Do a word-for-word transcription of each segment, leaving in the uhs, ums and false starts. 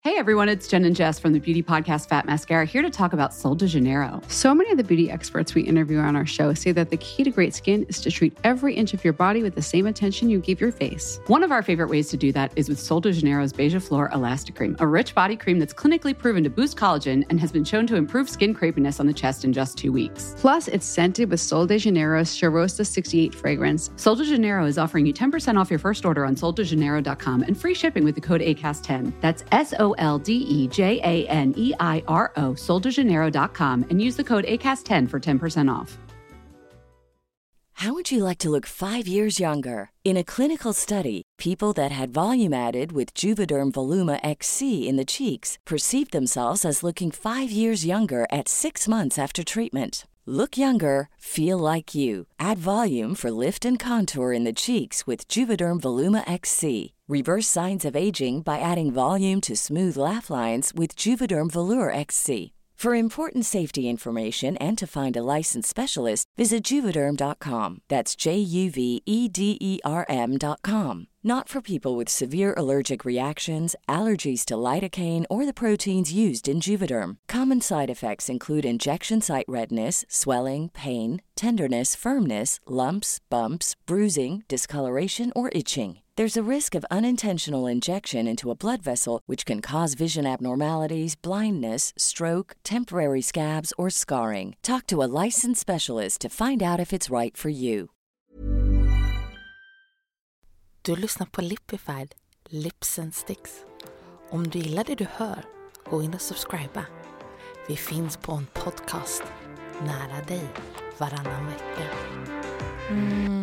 Hey everyone, it's Jen and Jess from the beauty podcast Fat Mascara here to talk about Sol de Janeiro. So many of the beauty experts we interview on our show say that the key to great skin is to treat every inch of your body with the same attention you give your face. One of our favorite ways to do that is with Sol de Janeiro's Beija Flor Elastic Cream, a rich body cream that's clinically proven to boost collagen and has been shown to improve skin crepiness on the chest in just two weeks. Plus, it's scented with Sol de Janeiro's Charosta sixty-eight fragrance. Sol de Janeiro is offering you ten percent off your first order on sol de janeiro dot com and free shipping with the code A C A S T ten. That's S O L D E J A N E I R O, sol de janeiro dot com, and use the code A C A S ten for ten percent off. How would you like to look five years younger? In a clinical study, people that had volume added with Juvederm Voluma X C in the cheeks perceived themselves as looking five years younger at six months after treatment. Look younger, feel like you. Add volume for lift and contour in the cheeks with Juvederm Voluma X C. Reverse signs of aging by adding volume to smooth laugh lines with Juvederm Volure X C. For important safety information and to find a licensed specialist, visit Juvederm dot com. That's J U V E D E R M dot com. Not for people with severe allergic reactions, allergies to lidocaine, or the proteins used in Juvederm. Common side effects include injection site redness, swelling, pain, tenderness, firmness, lumps, bumps, bruising, discoloration, or itching. There's a risk of unintentional injection into a blood vessel, which can cause vision abnormalities, blindness, stroke, temporary scabs, or scarring. Talk to a licensed specialist to find out if it's right for you. Du lyssnar på Lipified, Lips and Sticks. Om du gillar det du hör, gå in och subscriba. Vi finns på en podcast nära dig varannan vecka. Mm.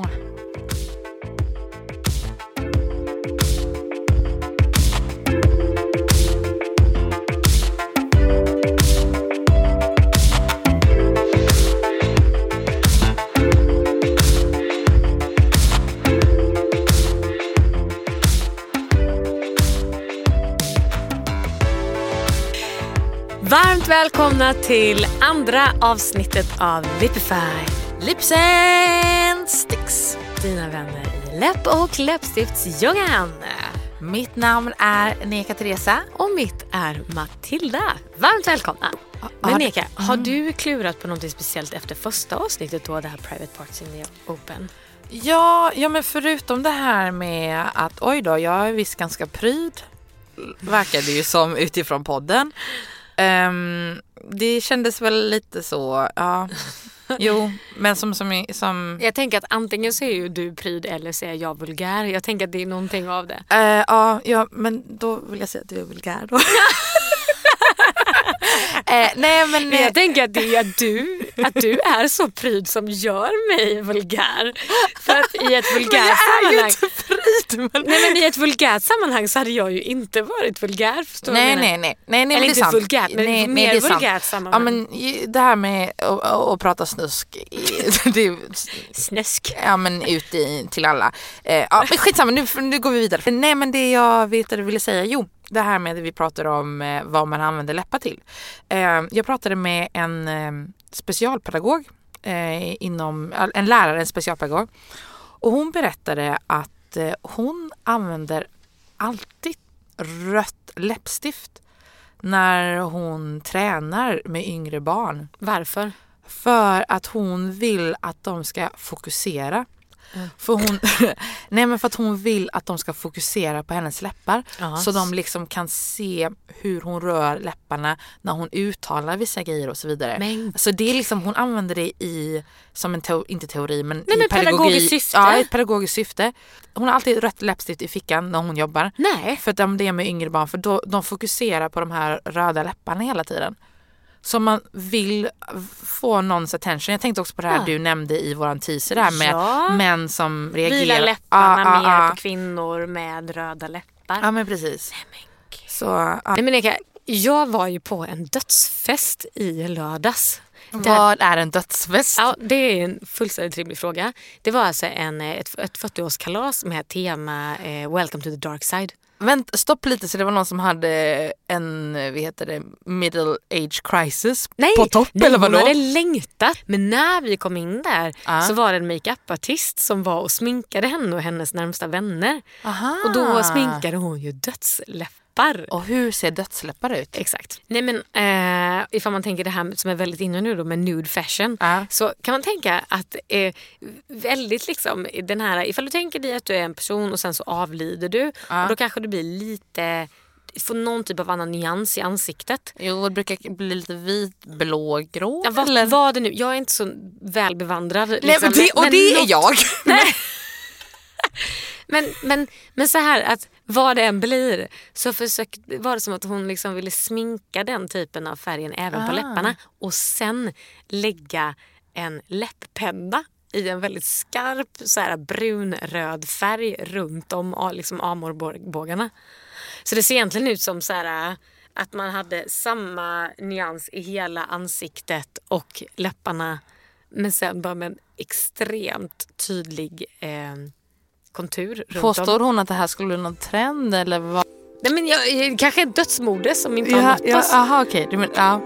Varmt välkomna till andra avsnittet av Lipify, Lips and Sticks. Dina vänner i läpp- och läppstiftsdjungeln. Mitt namn är Neka Teresa. Och mitt är Matilda. Varmt välkomna. Men Neka, mm. har du klurat på något speciellt efter första avsnittet då, det här Private Parts in the Open? Ja, ja, men förutom det här med att oj då, jag är visst ganska pryd, verkar det ju som utifrån podden. Um, det kändes väl lite så, ja. Jo, men som, som, som... Jag tänker att antingen så är ju du pryd eller så är jag vulgär. Jag tänker att det är någonting av det. Uh, ja, ja, men då vill jag säga att du är vulgär då. eh, nej, men jag tänker att det är att du, att du är så pryd som gör mig vulgär. För att i ett vulgärt sammanhang... ju inte pryd, men... Nej, men i ett vulgärt sammanhang så hade jag ju inte varit vulgär, förstår nej, du? Nej, nej, nej, nej. Eller inte inte vulgärt, men nej, mer nej, vulgärt sammanhang. Ja, men det här med att, att prata snusk, det är... Snäsk. Ja, men ut i, till alla. Eh, ja, men skitsamma, nu, nu går vi vidare. För, nej, men det jag vet att du ville säga, jo, det här med att vi pratar om eh, vad man använder läppar till. Eh, jag pratade med en eh, specialpedagog, eh, inom, en lärare, en specialpedagog. Och hon berättade att eh, hon använder alltid rött läppstift när hon tränar med yngre barn. Varför? För att hon vill att de ska fokusera. Mm. För hon nej men för att hon vill att de ska fokusera på hennes läppar. Aha. Så de liksom kan se hur hon rör läpparna när hon uttalar vissa grejer och så vidare. Men... Så det är liksom, hon använder det i som en teo, inte teori men nej, i men pedagogi, pedagogiskt syfte. Ja, ett pedagogiskt syfte. Hon har alltid rött läppstift i fickan när hon jobbar. Nej. För att de det är med yngre barn, för då, de fokuserar på de här röda läpparna hela tiden. Så man vill få någons attention. Jag tänkte också på det här ja. du nämnde i våran teaser där med ja. män som reagerar. Vila läpparna ah, mer ah, på kvinnor med röda läppar. Ja, men precis. Nej, men, så, ah. Nej, men Eka, jag var ju på en dödsfest i lördags. Vad är en dödsfest? Ja, det är en fullständigt trevlig fråga. Det var alltså en, ett, ett fyrtioårskalas med tema eh, Welcome to the dark side. Vänt, stopp lite, så det var någon som hade en, vad heter det, middle age crisis nej, på topp, nej, eller vadå? Hon hade längtat, men när vi kom in där ah. så var det en make-up-artist som var och sminkade henne och hennes närmsta vänner. Aha. Och då sminkade hon ju dödsläppar. dödsläppar. Och hur ser dödsläppar ut? Exakt. Nej men eh, ifall man tänker det här som är väldigt inne nu då med nude fashion, Ja. så kan man tänka att eh, väldigt liksom den här, ifall du tänker dig att du är en person och sen så avlider du, Ja. och då kanske du blir lite, får någon typ av annan nyans i ansiktet. Jo, det brukar bli lite vit, blå, grå. Ja, vad eller? var det nu? Jag är inte så välbevandrad. Nej, liksom, men det, och men det är något- jag. Nej. Men, men, men så här, att vad det än blir så försök, var det som att hon liksom ville sminka den typen av färgen även på Ah. läpparna och sen lägga en läpppenna i en väldigt skarp så här brunröd färg runt om ah, liksom armbågarna. Så det ser egentligen ut som så här, att man hade samma nyans i hela ansiktet och läpparna, men sen bara med en extremt tydlig eh, kontur runt Påstår om. hon att det här skulle bli någon trend eller vad? Nej, men jag, kanske ett dödsmode som inte har Ja, nått ja, oss. aha, okej. Du men, ja.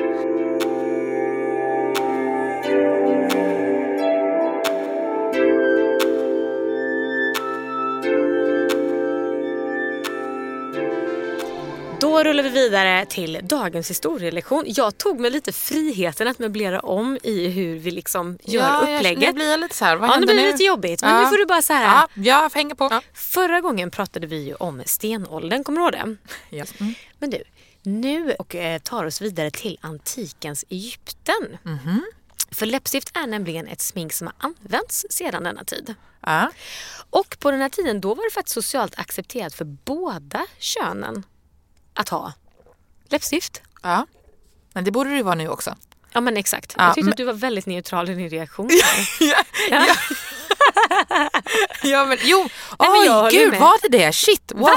Då rullar vi vidare till dagens historielektion. Jag tog mig lite friheten att möblera om i hur vi liksom gör ja, upplägget. Jag, nu blir jag lite så här, vad Ja, nu händer blir det nu? lite jobbigt. Men Ja. nu får du bara så här. Ja, jag hänger på. Ja. Förra gången pratade vi ju om stenåldern, kommer du ihåg det? Ja. Mm. Men du, nu och eh, tar oss vidare till antikens Egypten. Mhm. För läppstift är nämligen ett smink som har använts sedan denna tid. Ja. Och på den här tiden då var det faktiskt socialt accepterat för båda könen att ha läppstift. Ja. Men det borde det ju vara nu också. Ja, men exakt. Ja, Jag tyckte men- att du var väldigt neutral i din reaktion. ja, Ja. ja. ja, men jo. Nej, men jag Oj, håller gud, med. var det det? Shit, wow.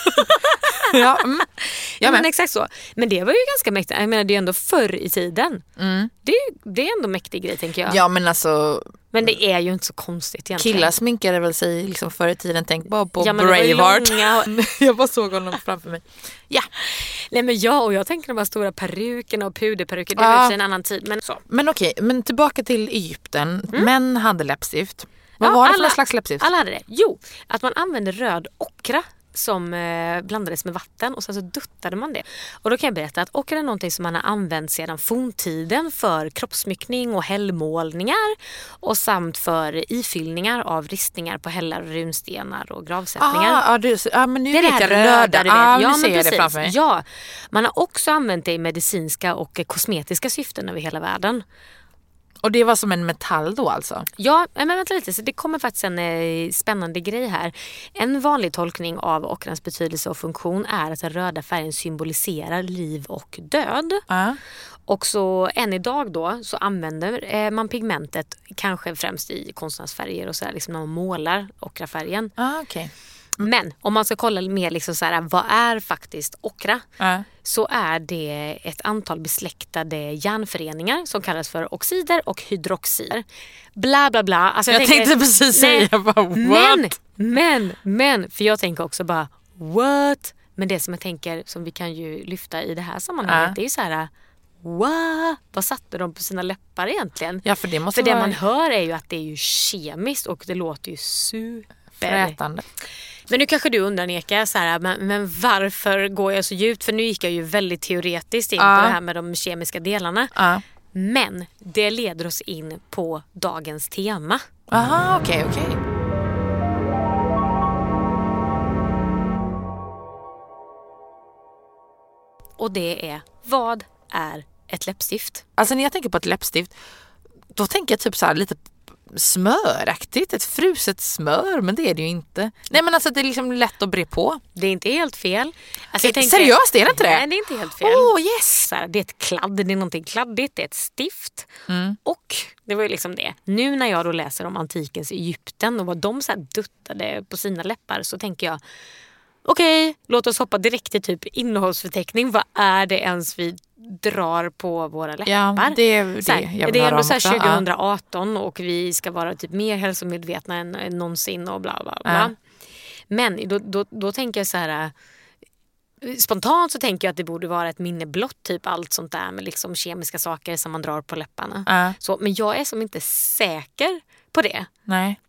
ja, mm. Ja, ja, men men. exakt så. Men det var ju ganska mäktigt. Jag menar, det är ändå förr i tiden. Mm. Det är, ju- det är ändå mäktig grej, tänker jag. Ja, men alltså Men det är ju inte så konstigt egentligen. killar sminkade väl sig liksom förr i tiden. Tänk bara på Ja, men det var ju Braveheart. långa- jag bara såg honom framför mig. Ja, Nej, men ja, och jag tänker de här stora perukerna och puderperuker. Det Ja. var ju för en annan tid. Men så. men okej, men tillbaka till Egypten. Män hade läppstift. Vad Ja, var det för alla- någon slags läppstift? Alla hade det. Jo, att man använde röd ockra som eh, blandades med vatten och sen så duttade man det. Och då kan jag berätta att ockra är någonting som man har använt sedan forntiden för kroppssmyckning och hällmålningar och samt för ifyllningar av ristningar på hällar, runstenar och gravsättningar. Aha, ja, du, ja, men nu Det är vet det här jag det röda, röda. du vet. Ja, Ja, nu men ser jag det precis. framför mig. Ja, man har också använt det i medicinska och eh, kosmetiska syften över hela världen. Och det var som en metall då alltså? Ja, men vänta lite. Så det kommer faktiskt en eh, spännande grej här. En vanlig tolkning av ockrans betydelse och funktion är att den röda färgen symboliserar liv och död. Ja. Och så än idag då så använder eh, man pigmentet kanske främst i konstnärsfärger och så här, liksom när man målar ockrafärgen. Ah, okej. Men om man ska kolla mer liksom så här, vad är faktiskt ockra? Ja. Så är det ett antal besläktade järnföreningar som kallas för oxider och hydroxider. Bla bla bla. Alltså Jag, tänker- tänkte precis Nej, säga bara, what? Men, men, men, för jag tänker också bara what? Men det som jag tänker som vi kan ju lyfta i det här sammanhanget Ja. det är ju så här what? Vad satte de på sina läppar egentligen? Ja, för det måste För det vara man hör är ju att det är ju kemiskt och det låter ju super. frätande. Men nu kanske du undrar, Eka, så här, men, men varför går jag så djupt? För nu gick jag ju väldigt teoretiskt in Ja. på det här med de kemiska delarna. Ja. Men det leder oss in på dagens tema. Aha, okej, okej. Och det är, vad är ett läppstift? Alltså när jag tänker på ett läppstift, då tänker jag typ så här lite smöraktigt, ett fruset smör, men det är det ju inte. Nej, men alltså det är liksom lätt att bre på. Det är inte helt fel. Alltså, jag tänker- Seriöst, är det inte det? Nej, det är inte helt fel. Åh, yes! Så här, det är ett kladd, det är någonting kladdigt, det är ett stift. Mm. Och det var ju liksom det. Nu när jag då läser om antikens Egypten och vad de så här duttade på sina läppar så tänker jag okej, låt oss hoppa direkt till typ innehållsförteckning. Vad är det ens vi drar på våra läppar? Ja, det är det så här, jag vill det är höra ändå om så här också. Ja. tjugo arton och vi ska vara typ mer hälsomedvetna än, än någonsin och bla bla bla. Ja. Men då, då, då tänker jag så här spontant så tänker jag att det borde vara ett minne blott, typ allt sånt där med liksom kemiska saker som man drar på läpparna. Ja. Så, men jag är som inte säker på det. Nej.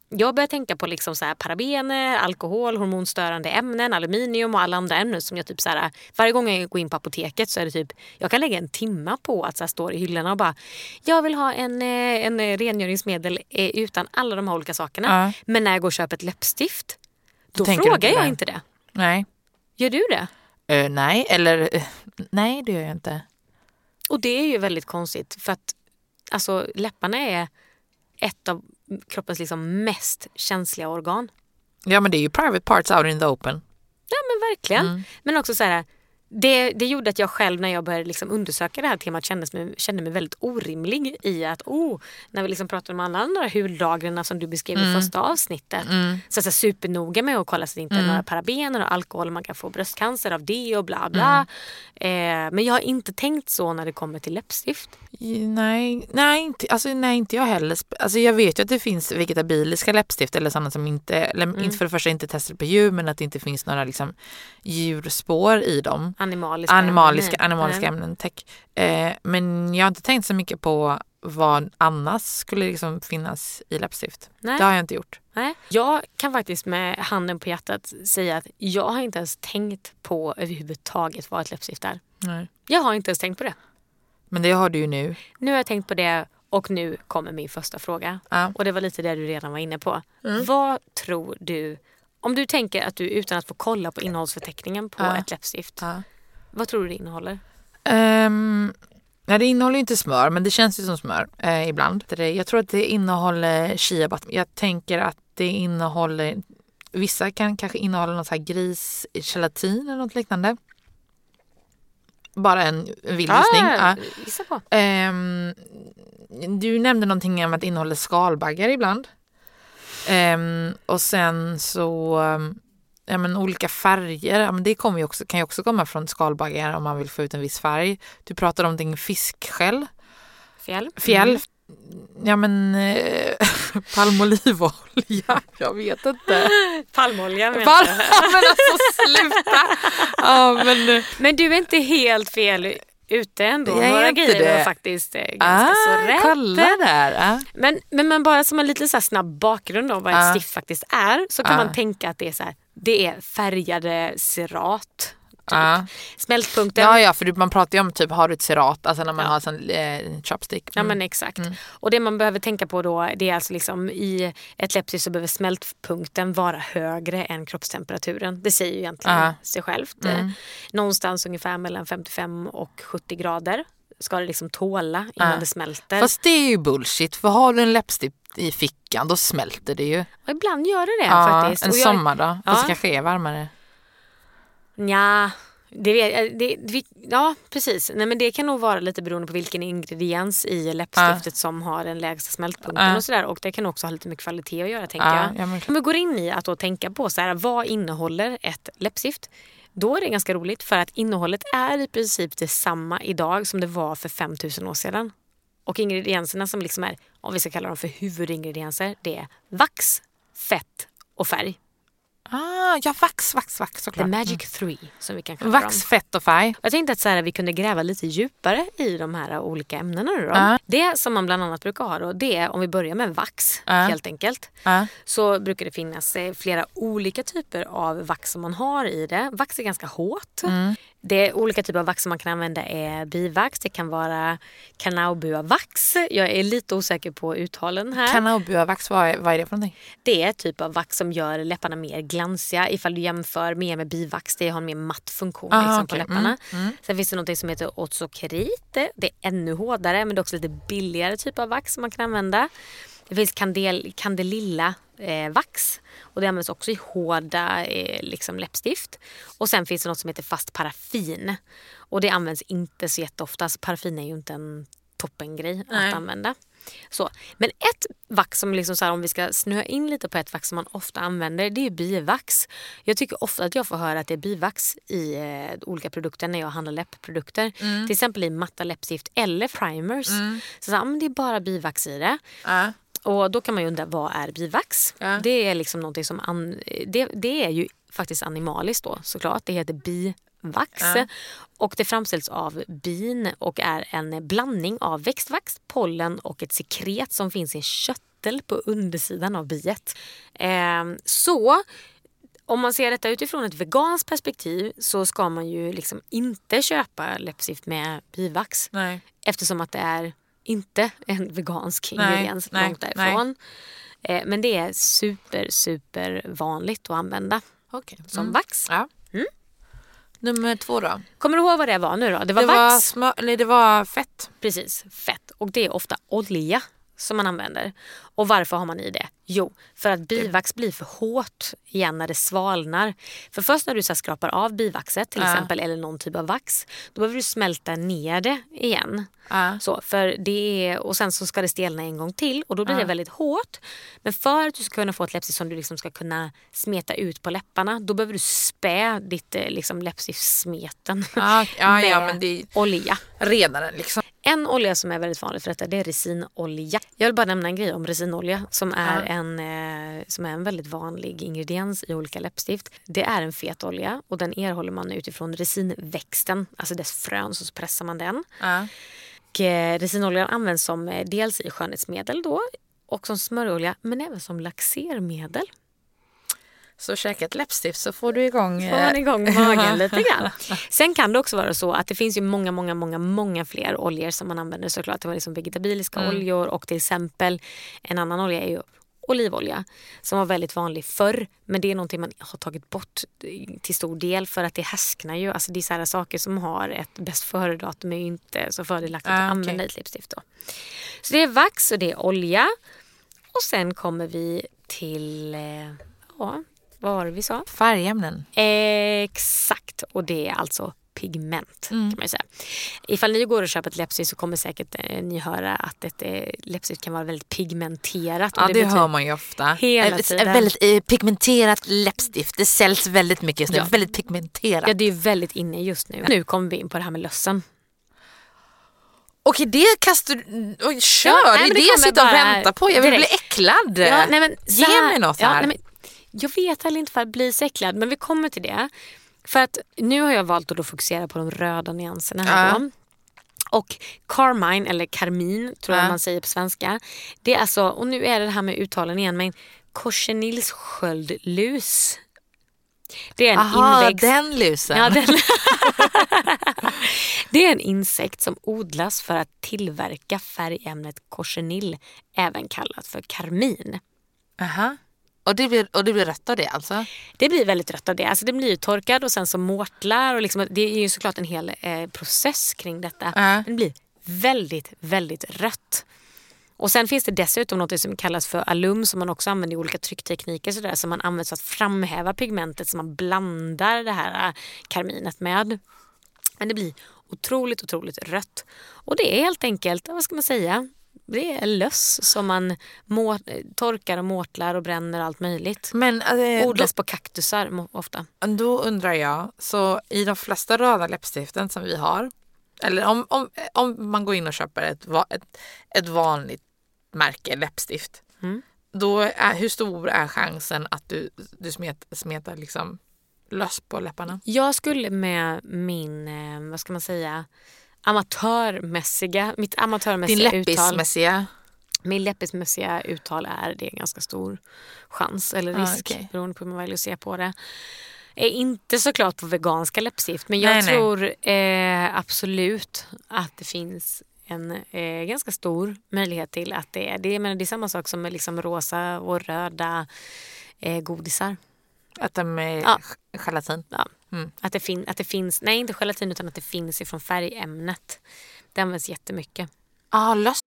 Jag börjar tänka på liksom så här parabener, alkohol, hormonstörande ämnen, aluminium och alla andra ämnen som jag typ så här, varje gång jag går in på apoteket så är det typ, jag kan lägga en timma på att så här står i hyllorna och bara, jag vill ha en, en rengöringsmedel utan alla de här olika sakerna. Ja. Men när jag går och köper ett läppstift, då Tänker frågar inte jag det? inte det. Nej. Gör du det? Uh, nej, eller uh, nej, det gör jag inte. Och det är ju väldigt konstigt för att alltså, läpparna är ett av kroppens liksom mest känsliga organ. Ja, men det är ju private parts out in the open. Ja, men verkligen. Mm. Men också så här, det, det gjorde att jag själv när jag började liksom undersöka det här temat kändes mig, kände mig väldigt orimlig i att, oh, när vi liksom pratar om alla andra hudlagren som du beskrev Mm. i första avsnittet. Mm. Så, så supernoga med att kolla så att det inte är Mm. några parabener och alkohol, man kan få bröstcancer av det och bla bla. Mm. Eh, men jag har inte tänkt så när det kommer till läppstift. Nej, nej, inte, alltså, nej, inte jag heller. Alltså, jag vet ju att det finns vegetabiliska läppstift eller sådana som inte, eller Mm. inte för det första inte testar på djur, men att det inte finns några liksom, djurspår i dem. Animaliska, Animaliska, ämnen. animaliska Nej. ämnen. Tack. Eh, men jag har inte tänkt så mycket på vad annars skulle liksom finnas i läppstift. Nej. Det har jag inte gjort. Nej. Jag kan faktiskt med handen på hjärtat säga att jag har inte ens tänkt på överhuvudtaget vad ett läppstift är. Nej. Jag har inte ens tänkt på det. Men det har du ju nu. Nu har jag tänkt på det och nu kommer min första fråga. Ja. Och det var lite det du redan var inne på. Mm. Vad tror du, om du tänker att du utan att få kolla på innehållsförteckningen på Ja. ett läppstift, Ja. vad tror du det innehåller? Um, nej, det innehåller ju inte smör, men det känns ju som smör eh, ibland. Jag tror att det innehåller chia butter. Jag tänker att det innehåller, vissa kan kanske innehålla något så här grisgelatin eller något liknande. Bara en vild gissning. Ah, Ja. gissa på. Um, du nämnde någonting om att det innehåller skalbaggar ibland. Um, och sen så um, ja, men olika färger, ja, men det kommer ju också, kan ju också komma från skalbaggar om man vill få ut en viss färg. Du pratar om din fiskskäll. Fjäll. Fjäll. Mm. Ja, men eh, palmolivolja. Jag vet inte. Palmolja menar Pal- jag. men alltså sluta. Ja, men, Men du är inte helt fel ute ändå. Jag är Några inte grejer det. var faktiskt eh, ganska ah, så rätt. kolla där. Ah. Men, men man bara som en lite så här snabb bakgrund av vad ett Ah. stift faktiskt är, så kan Ah. man tänka att det är så här, det är färgade cerat. Typ. Ah. Smältpunkten. Ja, ja, för du, man pratar ju om typ, har du ett cerat, alltså när man Ja. har sån eh, chopstick. Ja, Mm. men exakt. Och det man behöver tänka på då, det är alltså liksom i ett läppstift så behöver smältpunkten vara högre än kroppstemperaturen. Det säger ju egentligen Ja. sig självt. Mm. Någonstans ungefär mellan femtiofem och sjuttio grader ska det liksom tåla innan Ja. det smälter. Fast det är ju bullshit, för har du en läppstift i fickan, då smälter det ju. Och ibland gör det det Ja, faktiskt. en Och jag- sommardag, Ja. fast det kanske är varmare. Nja, det vet, det, det, ja precis. Nej, men det kan nog vara lite beroende på vilken ingrediens i läppstiftet som har den lägsta smältpunkten Ja. och sådär. Och det kan också ha lite med kvalitet att göra, tänker Ja, jag. ja, men- Om vi går in i att då tänka på så här, vad innehåller ett läppstift? Då är det ganska roligt för att innehållet är i princip detsamma idag som det var för fem tusen år sedan. Och ingredienserna som liksom är, om vi ska kalla dem för huvudingredienser, det är vax, fett och färg. Ah, ja, vax, vax, vax The såklart. magic three som vi kan kalla Mm. Vax, dem. fett och färg. Jag tänkte att så här, vi kunde gräva lite djupare i de här olika ämnena. Då. Ja. Det som man bland annat brukar ha då, det är om vi börjar med vax Ja. helt enkelt. Ja. Så brukar det finnas eh, flera olika typer av vax som man har i det. Vax är ganska hårt. Mm. Det är olika typer av vax som man kan använda är bivax. Det kan vara kanaubua-vax. Jag är lite osäker på uttalen här. Kanaubua-vax, vad är, vad är det för någonting? Det är ett typ av vax som gör läpparna mer glansiga. Ifall du jämför mer med bivax, det har en mer matt funktion Ah, liksom, okej. på läpparna. Mm, mm. Sen finns det något som heter ozokerit. Det är ännu hårdare, men det är också lite billigare typ av vax som man kan använda. Det finns kandel, kandelilla eh, vax och det används också i hårda eh, liksom läppstift. Och sen finns det något som heter fast paraffin. Och det används inte så jätteofta. Så paraffin är ju inte en toppengrej Nej. att använda. Så. Men ett vax som liksom så här, om vi ska snöa in lite på ett vax som man ofta använder, det är bivax. Jag tycker ofta att jag får höra att det är bivax i eh, olika produkter när jag handlar läppprodukter. Mm. Till exempel i matta läppstift eller primers. Mm. Så, så här, men det är bara bivax i det. Ja. Och då kan man ju undra, vad är bivax? Ja. Det är liksom någonting som an, det, det är ju faktiskt animaliskt då såklart. Det heter bivax. Ja. Och det framställs av bin och är en blandning av växtvax, pollen och ett sekret som finns i en kött kittel på undersidan av biet. Eh, så om man ser detta utifrån ett veganskt perspektiv så ska man ju liksom inte köpa läppstift med bivax. Nej. Eftersom att det är inte en vegansk nej, ingrediens nej, långt därifrån. Eh, men det är super, super vanligt att använda okay. som mm. vax. Ja. Mm. Nummer två då? Kommer du ihåg vad det var nu då? Det var det vax. Var smör, eller det var fett. Precis, fett. Och det är ofta olja som man använder. Och varför har man i det? Jo, för att bivax blir för hårt igen när det svalnar. För först när du så här skrapar av bivaxet till ja. exempel eller någon typ av vax, då behöver du smälta ner det igen. Ja. Så, för det är, och sen så ska det stelna en gång till och då blir ja. det väldigt hårt. Men för att du ska kunna få ett läppstift som du liksom ska kunna smeta ut på läpparna, då behöver du spä ditt liksom, läppstiftsmeten ja, ja, med ja, men det är olja. Renaren liksom. En olja som är väldigt vanlig för detta, det är resinolja. Jag vill bara nämna en grej om resinolja som är, ja. en, eh, som är en väldigt vanlig ingrediens i olika läppstift. Det är en fet olja och den erhåller man utifrån resinväxten, alltså dess frön, så pressar man den. Ja. Och, eh, resinoljan används som eh, dels i skönhetsmedel då och som smörjolja, men även som laxermedel. Så käka ett läppstift så får du igång... Får man igång magen lite grann. Sen kan det också vara så att det finns ju många, många, många, många fler oljor som man använder såklart. Det var liksom vegetabiliska mm. oljor och till exempel en annan olja är ju olivolja som var väldigt vanlig förr. Men det är någonting man har tagit bort till stor del för att det härsknar ju. Alltså det är så här saker som har ett bäst före-datum är ju inte så fördelaktigt ah, att använda okay. i ett läppstift då. Så det är vax och det är olja. Och sen kommer vi till... Eh, ja... Vad var det vi sa? Färgämnen. Exakt. Och det är alltså pigment mm. kan man ju säga. Ifall ni går och köper ett läppstift så kommer säkert eh, ni höra att ett eh, läppstift kan vara väldigt pigmenterat. Ja, och det, det hör man ju ofta. Hela tiden. Ett väldigt eh, pigmenterat läppstift. Det säljs väldigt mycket just nu. Ja. Väldigt pigmenterat. Ja, det är väldigt inne just nu. Nu kommer vi in på det här med lössen. Okej, det kastar du... Oj, kör! Ja, nej, det är det jag sitter och väntar på. Jag vill direkt. bli äcklad. Ja, nej, men, Ge här, mig något ja, här. Nej, men, jag vet heller inte för att bli så äcklad, men vi kommer till det. För att nu har jag valt att då fokusera på de röda nyanserna här ja. då. Och carmine, eller karmin tror jag ja. man säger på svenska. Det är alltså, och nu är det här med uttalen igen, men korsenilssköldlus. Det är en Aha, inväxt... den lusen. Ja, den... Det är en insekt som odlas för att tillverka färgämnet korsenil, även kallat för karmin. Aha. Och det, blir, och det blir rött av det alltså? Det blir väldigt rött av det. Alltså det blir ju torkad och sen så mårtlar. Och liksom, det är ju såklart en hel eh, process kring detta. Uh. Men det blir väldigt, väldigt rött. Och sen finns det dessutom något som kallas för alum som man också använder i olika trycktekniker. Sådär, som man använder för att framhäva pigmentet som man blandar det här karminet med. Men det blir otroligt, otroligt rött. Och det är helt enkelt, vad ska man säga... Det är löss som man må- torkar och mårtlar och bränner allt möjligt. Men äh, odlas då, på kaktusar ofta. Då undrar jag, så i de flesta röda läppstiften som vi har, eller om, om, om man går in och köper ett, ett, ett vanligt märke läppstift, mm. då är, hur stor är chansen att du, du smet, smetar liksom löss på läpparna? Jag skulle med min, vad ska man säga... amatörmässiga, mitt amatörmässiga Din läppismässiga uttal. Min läppismässiga uttal är det en ganska stor chans eller risk, ah, okay. beroende på hur man väljer att se på det. Är inte såklart på veganska läppstift, men jag nej, tror nej. Eh, absolut att det finns en eh, ganska stor möjlighet till att det är det. Men det är samma sak som med liksom rosa och röda eh, godisar. Att de är ja. gelatin. Ja. Mm. Att, det fin- att det finns, nej inte gelatin utan att det finns ifrån färgämnet. Det används jättemycket. Ah, löst.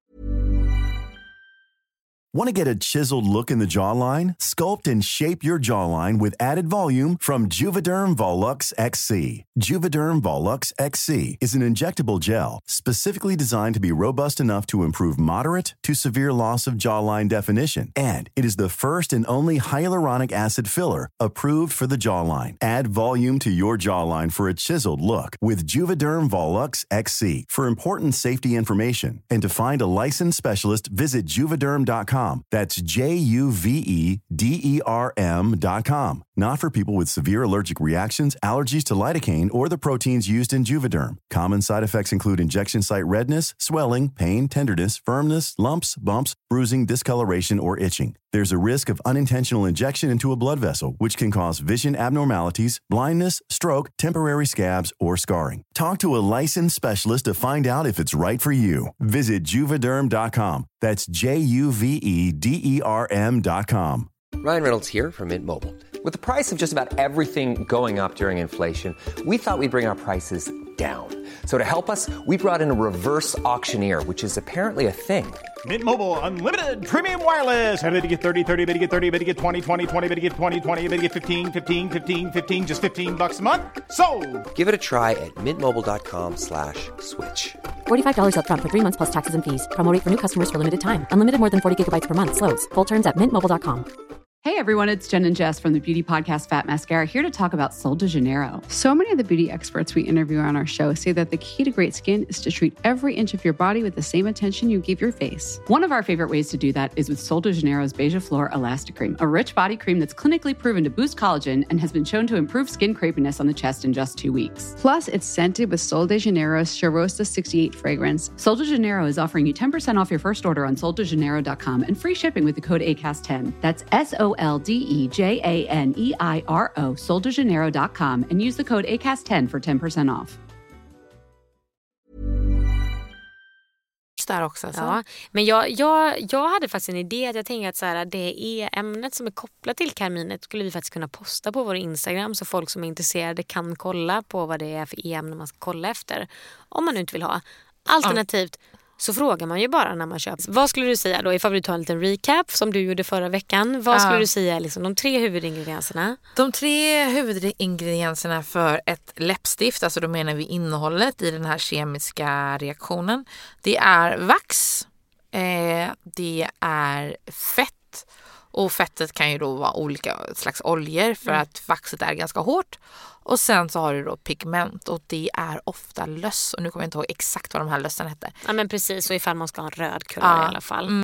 Want to get a chiseled look in the jawline? Sculpt and shape your jawline with added volume from Juvederm Volux X C. Juvederm Volux X C is an injectable gel specifically designed to be robust enough to improve moderate to severe loss of jawline definition. And it is the first and only hyaluronic acid filler approved for the jawline. Add volume to your jawline for a chiseled look with Juvederm Volux X C. For important safety information and to find a licensed specialist, visit juvederm dot com. That's J U V E D E R M dot com. Not for people with severe allergic reactions, allergies to lidocaine, or the proteins used in Juvederm. Common side effects include injection site redness, swelling, pain, tenderness, firmness, lumps, bumps, bruising, discoloration, or itching. There's a risk of unintentional injection into a blood vessel, which can cause vision abnormalities, blindness, stroke, temporary scabs, or scarring. Talk to a licensed specialist to find out if it's right for you. Visit Juvederm dot com. That's J U V E D E R M dot com. Ryan Reynolds here from Mint Mobile. With the price of just about everything going up during inflation, we thought we'd bring our prices down. So to help us, we brought in a reverse auctioneer, which is apparently a thing. Mint Mobile Unlimited Premium Wireless. How to get thirty, thirty, how to get thirty, how to get twenty, twenty, twenty, how to get twenty, twenty, how to get fifteen, fifteen, fifteen, fifteen, just fifteen bucks a month? Sold! Give it a try at mintmobile.com slash switch. forty-five dollars up front for three months plus taxes and fees. Promo rate for new customers for limited time. Unlimited more than forty gigabytes per month. Slows full terms at mint mobile dot com. Hey everyone, it's Jen and Jess from the beauty podcast Fat Mascara here to talk about Sol de Janeiro. So many of the beauty experts we interview on our show say that the key to great skin is to treat every inch of your body with the same attention you give your face. One of our favorite ways to do that is with Sol de Janeiro's Beija Flor Elastic Cream, a rich body cream that's clinically proven to boost collagen and has been shown to improve skin crepiness on the chest in just two weeks. Plus, it's scented with Sol de Janeiro's Charosta sixty-eight fragrance. Sol de Janeiro is offering you ten percent off your first order on sol de janeiro dot com and free shipping with the code A C A S T ten. That's S O L D E J A N E I R O, sol de janeiro dot com, and use the code A C A S T ten for ten percent off. Där också, alltså. Ja, men jag, jag, jag hade faktiskt en idé att jag tänkte att så här, det är ämnet som är kopplat till karminet skulle vi faktiskt kunna posta på vår Instagram så folk som är intresserade kan kolla på vad det är för ämne man ska kolla efter om man inte vill ha. Alternativt så frågar man ju bara när man köper. Vad skulle du säga då, ifall du tar en liten recap som du gjorde förra veckan, vad skulle du säga liksom de tre huvudingredienserna? De tre huvudingredienserna för ett läppstift, alltså då menar vi innehållet i den här kemiska reaktionen. Det är vax, eh, det är fett och fettet kan ju då vara olika slags oljor för mm. att vaxet är ganska hårt. Och sen så har du då pigment och det är ofta löss. Och nu kommer jag inte ihåg exakt vad de här lössen hette. Ja men precis, så ifall man ska ha en röd kulör ja. i alla fall. Mm.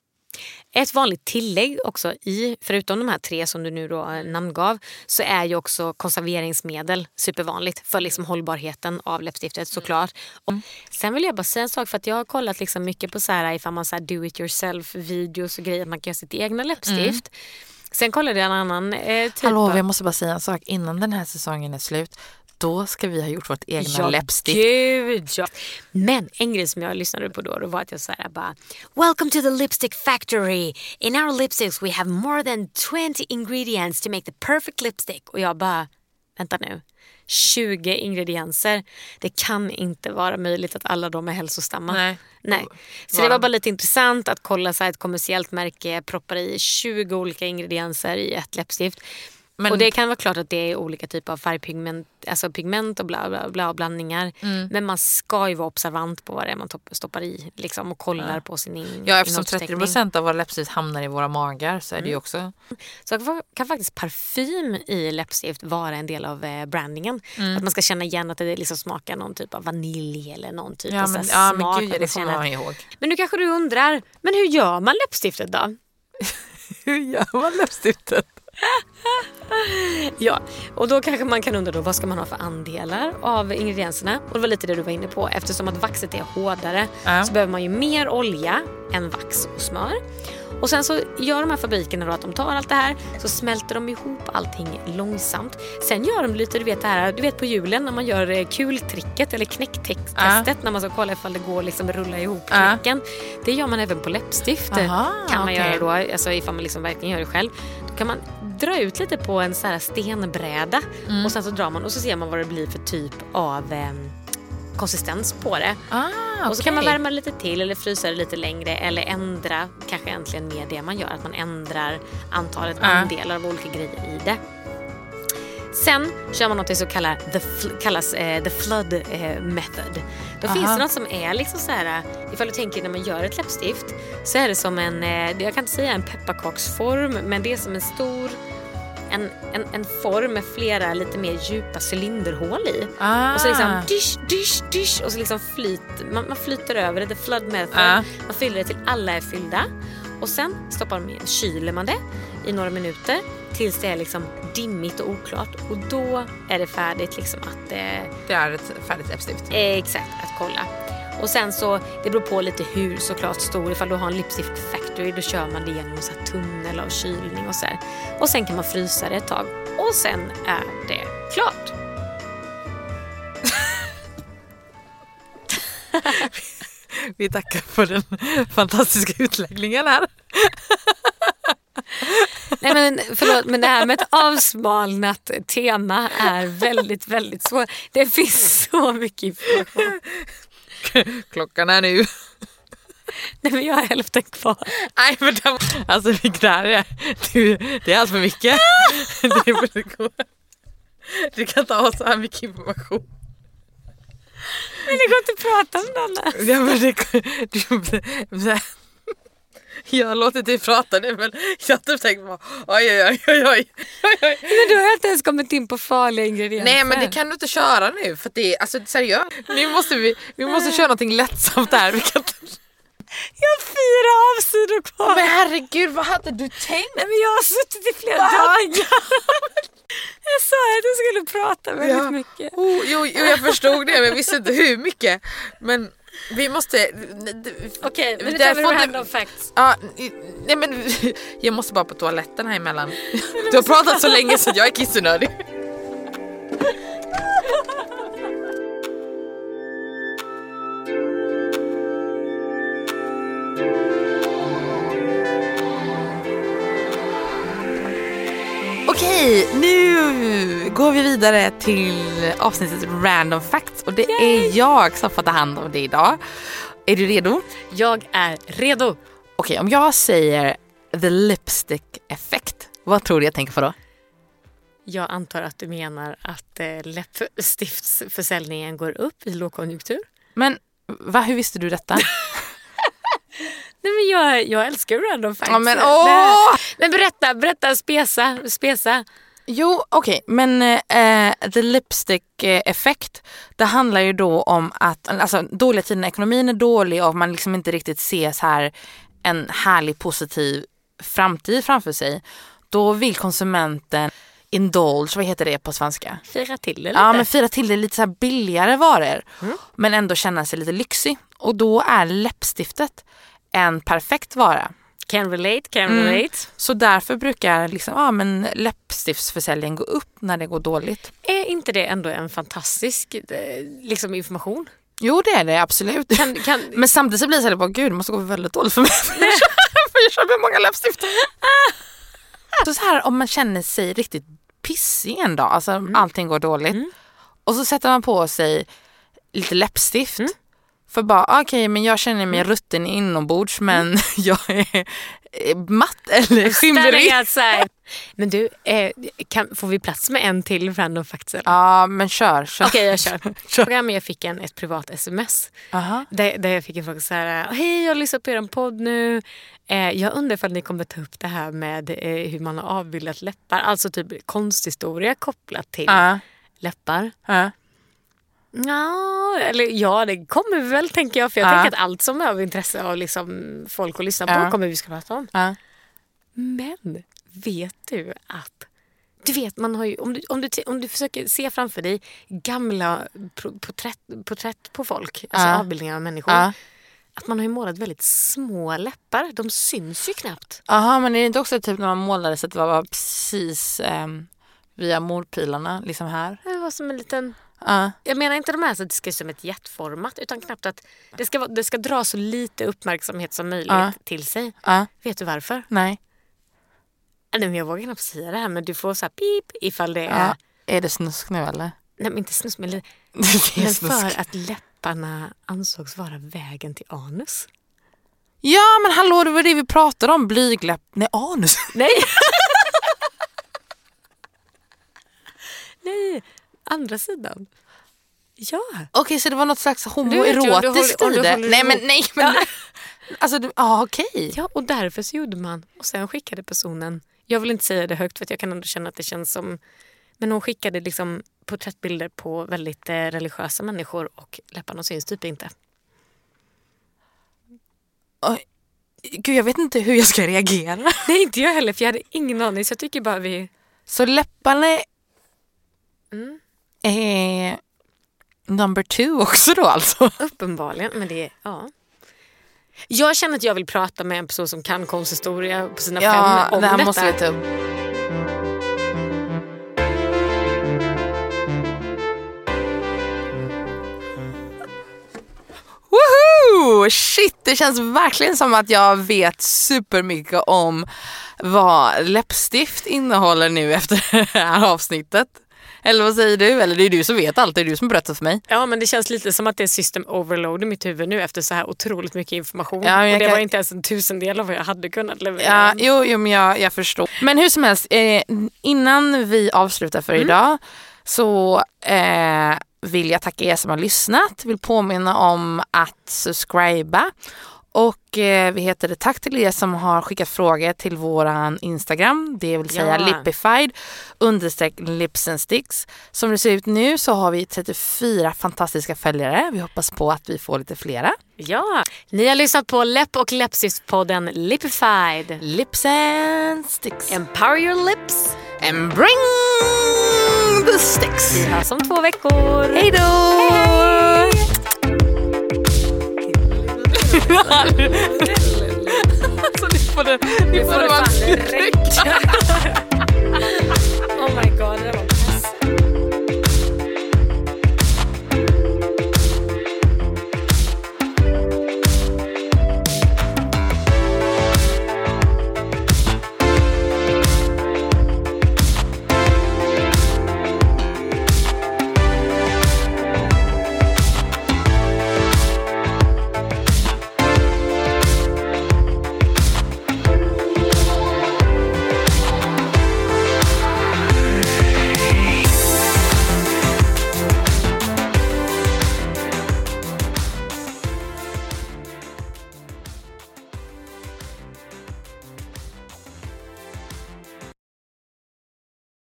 Ett vanligt tillägg också i, förutom de här tre som du nu då namngav, så är ju också konserveringsmedel supervanligt för liksom hållbarheten av läppstiftet såklart. Och sen vill jag bara säga en sak, för att jag har kollat liksom mycket på så här ifall man så här do it yourself videos och grejer, att man kan göra sitt egna läppstift. Mm. Sen kollade jag en annan eh, typ Hallå, av... jag måste bara säga en sak. Innan den här säsongen är slut, då ska vi ha gjort vårt egna ja, läppstift. Gud, ja. Men en grej som jag lyssnade på då, då var att jag så här bara welcome to the lipstick factory. In our lipsticks we have more than twenty ingredients to make the perfect lipstick. Och jag bara, vänta nu. tjugo ingredienser. Det kan inte vara möjligt att alla de är hälsosamma. Nej. Nej. Så det var bara lite intressant att kolla så här, ett kommersiellt märke proppar i tjugo olika ingredienser i ett läppstift. Men, och det kan vara klart att det är olika typer av färgpigment, alltså pigment och bla bla bla och blandningar. Mm. Men man ska ju vara observant på vad det är man stoppar i liksom, och kollar ja. på sin in- Ja, eftersom trettio procent av våra läppstift hamnar i våra magar så är mm. det ju också. Så kan faktiskt parfym i läppstift vara en del av eh, brandingen. Mm. Att man ska känna igen att det liksom smakar någon typ av vanilj eller någon typ ja, av men, så ja, smak. Men gud, det kommer man ihåg. Men nu kanske du undrar, men hur gör man läppstiftet då? Hur gör man läppstiftet? Ja, och då kanske man kan undra då, vad ska man ha för andelar av ingredienserna? Och det var lite det du var inne på. Eftersom att vaxet är hårdare ja. så behöver man ju mer olja än vax och smör. Och sen så gör de här fabrikerna då att de tar allt det här, så smälter de ihop allting långsamt. Sen gör de lite, du vet det här, du vet på julen när man gör kultricket eller knäcktestet ja. när man ska kolla ifall det går liksom rulla ihop knäcken. Ja. Det gör man även på läppstift. Aha, kan man okay. göra då, alltså ifall man liksom verkligen gör det själv. Då kan man dra ut lite på en så här stenbräda mm. och sen så drar man och så ser man vad det blir för typ av eh, konsistens på det. Ah, okay. Och så kan man värma lite till eller frysa det lite längre eller ändra kanske egentligen mer det man gör, att man ändrar antalet ah. andelar av olika grejer i det. Sen kör man något som kallar the fl- kallas eh, the flood eh, method. Då Aha. finns det något som är liksom så här, ifall du tänker när man gör ett läppstift så är det som en, eh, jag kan inte säga en pepparkaksform, men det är som en stor En, en, en form med flera lite mer djupa cylinderhål i. Ah. Och så liksom dish, dish, dish. Och så liksom flyt, man, man flyter över det, the flood method. Ah. Man fyller det till alla är fyllda. Och sen stoppar man, kyler man det i några minuter. tills det är liksom dimmigt och oklart. Och då är det färdigt liksom att... Eh, det är ett färdigt läppstift. Eh, exakt, att kolla. Och sen så, det beror på lite hur såklart stor. Ifall du har en lipstift factory, då kör man det genom en så här tunnel av kylning och så här. Och sen kan man frysa det ett tag. Och sen är det klart. Vi tackar för den fantastiska utläggningen här. Nej men förlåt, men det här med ett avsmalnat tema är väldigt, väldigt svårt. Det finns så mycket information. Klockan är nu. Nej men jag har hälften kvar. Nej men det, alltså det där är, det är allt för mycket. Det, är, det kan ta oss så här mycket information. Men det går inte att prata om den annars. Ja, men det, det, jag låter dig prata nu, men jag har typ tänkt på oj, oj, oj, oj, oj. Men du har inte ens kommit in på farliga ingredienser. Nej, men det kan du inte köra nu, för det är alltså, seriöst. Nu måste vi, vi måste köra någonting lättsamt där. Vi kan inte... Jag har fyra avsidor kvar. Men herregud, vad hade du tänkt? Nej, men jag har suttit i flera dagar. Jag sa att jag skulle prata väldigt ja. mycket. Oh, jo, jo, jag förstod det, men jag visste inte hur mycket. Men vi måste... Okej, okay, men det tar vi random facts. Ja, nej men jag måste bara på toaletten här emellan. Du har pratat så länge så jag är kissenödig. Okej, nu går vi vidare till avsnittet Random Facts. Och det Yay. är jag som får ta hand om det idag. Är du redo? Jag är redo. Okej, om jag säger the lipstick effect, vad tror du jag tänker på då? Jag antar att du menar att eh, läppstiftsförsäljningen går upp i lågkonjunktur. Men va, hur visste du detta? Nej, men jag, jag älskar random facts. Ja, men, åh! men berätta, berätta, spesa, spesa. Jo, okej, okay, men eh, the lipstick effekt, det handlar ju då om att alltså, dåliga tider när ekonomin är dålig och man liksom inte riktigt ser så här en härlig positiv framtid framför sig. Då vill konsumenten indulge, vad heter det på svenska? Fira till det lite. Ja, men fira till det lite så här billigare varor. Mm. Men ändå känna sig lite lyxig. Och då är läppstiftet en perfekt vara. Can relate, can relate. Mm. Så därför brukar liksom, ja, men läppstiftsförsäljningen gå upp när det går dåligt. Är inte det ändå en fantastisk liksom, information? Jo, det är det, absolut. Kan, kan... Men samtidigt så blir det så här, bara, gud, det måste gå väldigt dåligt för mig. För jag köper många läppstift. Så, så här, om man känner sig riktigt pissig en dag, alltså mm. allting går dåligt. Mm. Och så sätter man på sig lite läppstift. Mm. För bara, okej, okay, men jag känner mig mm. rutten inombords, men mm. jag är matt eller skimrig. Men du, eh, kan, får vi plats med en till random facts? Ja, men kör. kör. Okej, okay, jag kör. kör. Jag fick en, ett privat sms. Uh-huh. Där, där jag fick en fråga så här, hej, jag har lyssnat på er podd nu. Eh, jag undrar ifall ni kommer ta upp det här med eh, hur man har avbildat läppar. Alltså typ konsthistoria kopplat till uh-huh. läppar. Uh-huh. Ja, eller ja, det kommer vi väl, tänker jag. För jag uh. tänker att allt som är av intresse av liksom folk att lyssna på uh. kommer vi ska prata om. Uh. Men vet du att du vet, man har ju, om du, om du, om du försöker se framför dig gamla porträtt, porträtt på folk, alltså uh. avbildningar av människor, uh. att man har ju målat väldigt små läppar. De syns ju knappt. Jaha, men är det inte också typ när man målade så att det var precis eh, via morpilarna liksom här? Det var som en liten... Uh. Jag menar inte de här så att det ska som ett hjärtformat, utan knappt att det ska, det ska dra så lite uppmärksamhet som möjligt uh. till sig. Uh. Vet du varför? Nej. Nej, men jag vågar knappt säga det här, men du får så här pip ifall det är... Uh. Är det snusk nu eller? Nej, men inte snusk, men, men för att läpparna ansågs vara vägen till anus. Ja, men hallå, det var det vi pratade om, blygläpp. Nej, anus. Nej. Nej. Andra sidan. Ja. Okej, okay, så det var något slags homoerotiskt i det. Nej, men nej, men ja. Alltså, ja, ah, okej. Okay. Ja, och därför så gjorde man. Och sen skickade personen. Jag vill inte säga det högt för att jag kan ändå känna att det känns som. Men hon skickade liksom porträttbilder på väldigt eh, religiösa människor och läpparna syns typ inte. Oj. Gud, jag vet inte hur jag ska reagera. Nej, inte jag heller, för jag hade ingen aning. Så jag tycker bara vi... Så läpparna Mm. är number two också då alltså. Uppenbarligen, men det är... Ja. Jag känner att jag vill prata med en person som kan konsthistoria på sina Ja, fem om det här detta. måste vi ta upp. Woohoo! Shit, det känns verkligen som att jag vet supermycket om vad läppstift innehåller nu efter det här avsnittet. Eller vad säger du? Eller det är du som vet allt, det är du som berättar för mig. Ja, men det känns lite som att det är system overload i mitt huvud nu efter så här otroligt mycket information. Ja, och det kan... var inte ens en tusendel av vad jag hade kunnat leverera. Ja, jo, jo men jag, jag förstår. Men hur som helst, eh, innan vi avslutar för mm. idag så eh, vill jag tacka er som har lyssnat. Vill påminna om att subscriba. Och eh, vi heter det tack till er som har skickat frågor till våran Instagram. Det vill säga ja. Lipified understreck lips and sticks. Som det ser ut nu så har vi trettiofyra fantastiska följare. Vi hoppas på att vi får lite flera. Ja, ni har lyssnat på Läpp- och läppstiftspodden Lipified. Lips and sticks. Empower your lips. And bring the sticks. Vi hörs om två veckor. Hej då! Hej! Så ni får det, ni får det vara